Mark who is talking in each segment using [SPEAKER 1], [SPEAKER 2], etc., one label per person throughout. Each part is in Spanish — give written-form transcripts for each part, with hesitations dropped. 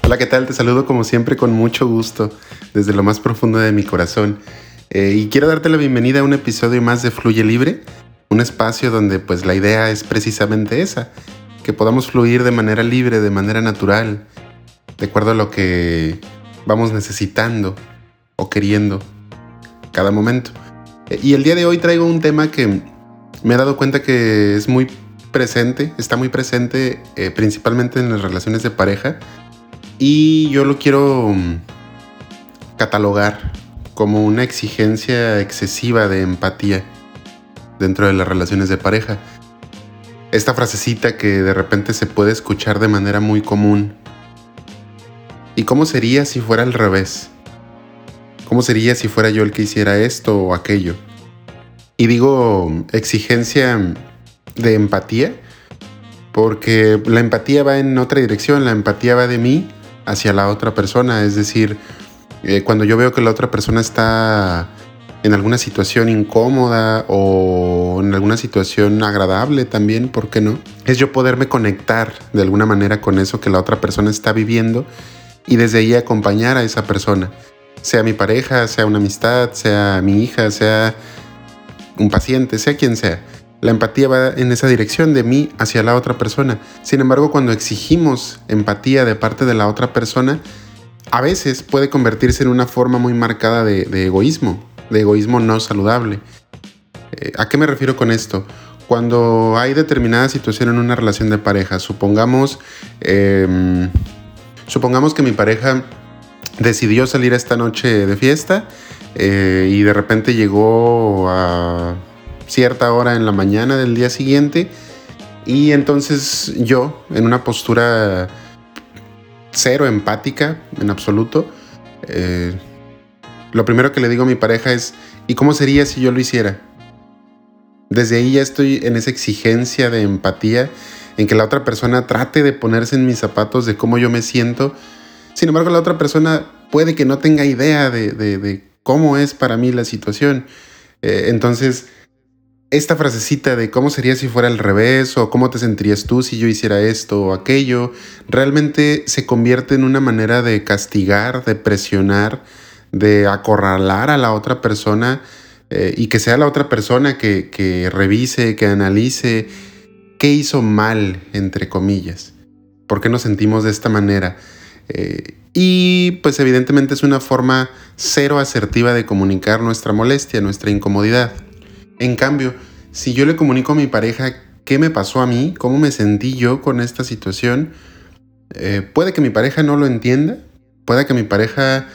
[SPEAKER 1] Hola, ¿qué tal? Te saludo como siempre con mucho gusto, desde lo más profundo de mi corazón. Y quiero darte la bienvenida a un episodio más de Fluye Libre, un espacio donde pues la idea es precisamente esa, que podamos fluir de manera libre, de manera natural, de acuerdo a lo que vamos necesitando o queriendo cada momento. Y el día de hoy traigo un tema que me he dado cuenta que es muy presente, está muy presente principalmente en las relaciones de pareja. Y yo lo quiero catalogar como una exigencia excesiva de empatía dentro de las relaciones de pareja. Esta frasecita que de repente se puede escuchar de manera muy común. ¿Y cómo sería si fuera al revés? ¿Cómo sería si fuera yo el que hiciera esto o aquello? Y digo exigencia de empatía porque la empatía va en otra dirección, la empatía va de mí hacia la otra persona, es decir, cuando yo veo que la otra persona está en alguna situación incómoda o en alguna situación agradable también, ¿por qué no? Es yo poderme conectar de alguna manera con eso que la otra persona está viviendo y desde ahí acompañar a esa persona, sea mi pareja, sea una amistad, sea mi hija, sea un paciente, sea quien sea. La empatía va en esa dirección de mí hacia la otra persona. Sin embargo, cuando exigimos empatía de parte de la otra persona, a veces puede convertirse en una forma muy marcada de egoísmo no saludable. ¿A qué me refiero con esto? Cuando hay determinada situación en una relación de pareja, supongamos que mi pareja decidió salir esta noche de fiesta y de repente llegó a cierta hora en la mañana del día siguiente y entonces yo, en una postura cero empática en absoluto, lo primero que le digo a mi pareja es ¿y cómo sería si yo lo hiciera? Desde ahí ya estoy en esa exigencia de empatía, en que la otra persona trate de ponerse en mis zapatos de cómo yo me siento. Sin embargo, la otra persona puede que no tenga idea de cómo es para mí la situación. Entonces, esta frasecita de cómo sería si fuera al revés o cómo te sentirías tú si yo hiciera esto o aquello, realmente se convierte en una manera de castigar, de presionar, de acorralar a la otra persona y que sea la otra persona que revise, que analice qué hizo mal, entre comillas. ¿Por qué nos sentimos de esta manera? Y pues evidentemente es una forma cero asertiva de comunicar nuestra molestia, nuestra incomodidad. En cambio, si yo le comunico a mi pareja qué me pasó a mí, cómo me sentí yo con esta situación, puede que mi pareja no lo entienda, puede que mi pareja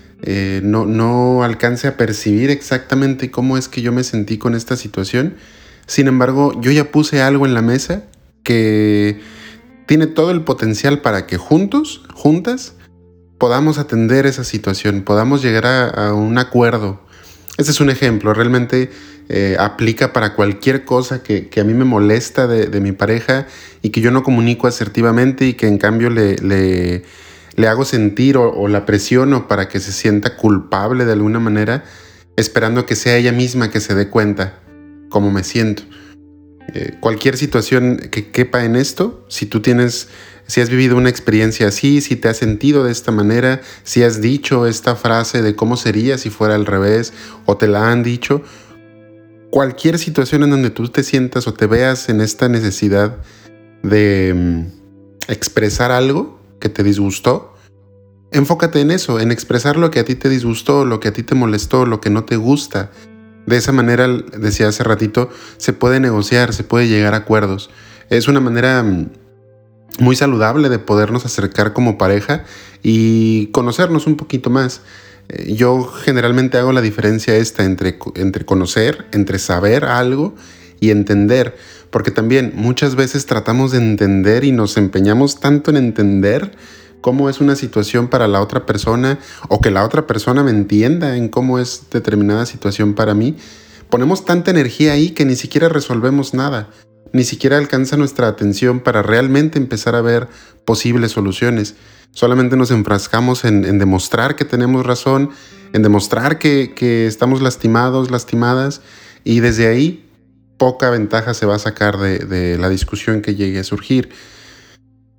[SPEAKER 1] no alcance a percibir exactamente cómo es que yo me sentí con esta situación. Sin embargo, yo ya puse algo en la mesa que tiene todo el potencial para que juntas, podamos atender esa situación, podamos llegar a un acuerdo. Este es un ejemplo, realmente aplica para cualquier cosa que a mí me molesta de mi pareja y que yo no comunico asertivamente y que en cambio le hago sentir o la presiono para que se sienta culpable de alguna manera, esperando que sea ella misma que se dé cuenta cómo me siento. Cualquier situación que quepa en esto, si has vivido una experiencia así, si te has sentido de esta manera, si has dicho esta frase de cómo sería si fuera al revés o te la han dicho, cualquier situación en donde tú te sientas o te veas en esta necesidad de expresar algo que te disgustó, enfócate en eso, en expresar lo que a ti te disgustó, lo que a ti te molestó, lo que no te gusta. De esa manera, decía hace ratito, se puede negociar, se puede llegar a acuerdos. Es una manera muy saludable de podernos acercar como pareja y conocernos un poquito más. Yo generalmente hago la diferencia entre conocer, entre saber algo y entender, porque también muchas veces tratamos de entender y nos empeñamos tanto en entender cómo es una situación para la otra persona o que la otra persona me entienda en cómo es determinada situación para mí. Ponemos tanta energía ahí que ni siquiera resolvemos nada, ni siquiera alcanza nuestra atención para realmente empezar a ver posibles soluciones. Solamente nos enfrascamos en demostrar que tenemos razón, en demostrar que estamos lastimados, lastimadas, y desde ahí poca ventaja se va a sacar de la discusión que llegue a surgir.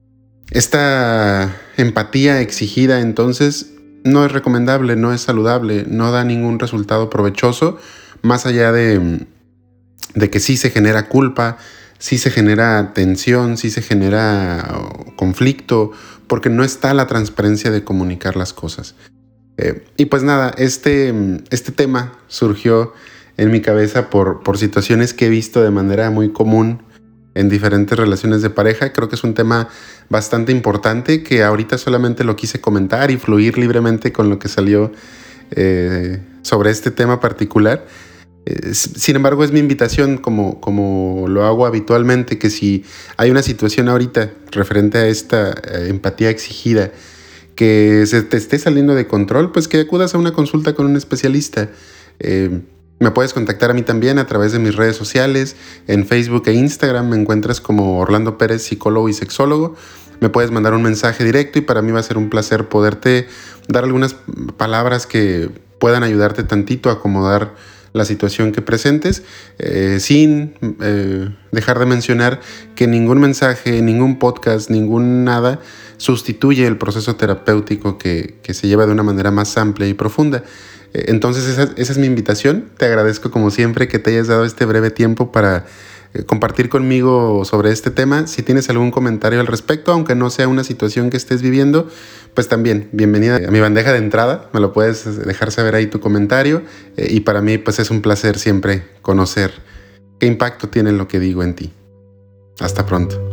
[SPEAKER 1] Esta empatía exigida entonces no es recomendable, no es saludable, no da ningún resultado provechoso, más allá de que sí se genera culpa, sí se genera tensión, sí se genera conflicto, porque no está la transparencia de comunicar las cosas. Y pues nada, este tema surgió en mi cabeza por situaciones que he visto de manera muy común en diferentes relaciones de pareja. Creo que es un tema bastante importante que ahorita solamente lo quise comentar y fluir libremente con lo que salió sobre este tema particular. Sin embargo, es mi invitación, como lo hago habitualmente, que si hay una situación ahorita referente a esta empatía exigida que se te esté saliendo de control, pues que acudas a una consulta con un especialista. Me puedes contactar a mí también a través de mis redes sociales. En Facebook e Instagram me encuentras como Orlando Pérez, psicólogo y sexólogo. Me puedes mandar un mensaje directo y para mí va a ser un placer poderte dar algunas palabras que puedan ayudarte tantito a acomodar la situación que presentes, sin dejar de mencionar que ningún mensaje, ningún podcast, ningún nada sustituye el proceso terapéutico que se lleva de una manera más amplia y profunda. Entonces esa es mi invitación. Te agradezco como siempre que te hayas dado este breve tiempo para compartir conmigo sobre este tema. Si tienes algún comentario al respecto, aunque no sea una situación que estés viviendo, pues también bienvenida a mi bandeja de entrada. Me lo puedes dejar saber ahí tu comentario. Y para mí pues es un placer siempre conocer qué impacto tiene lo que digo en ti. Hasta pronto.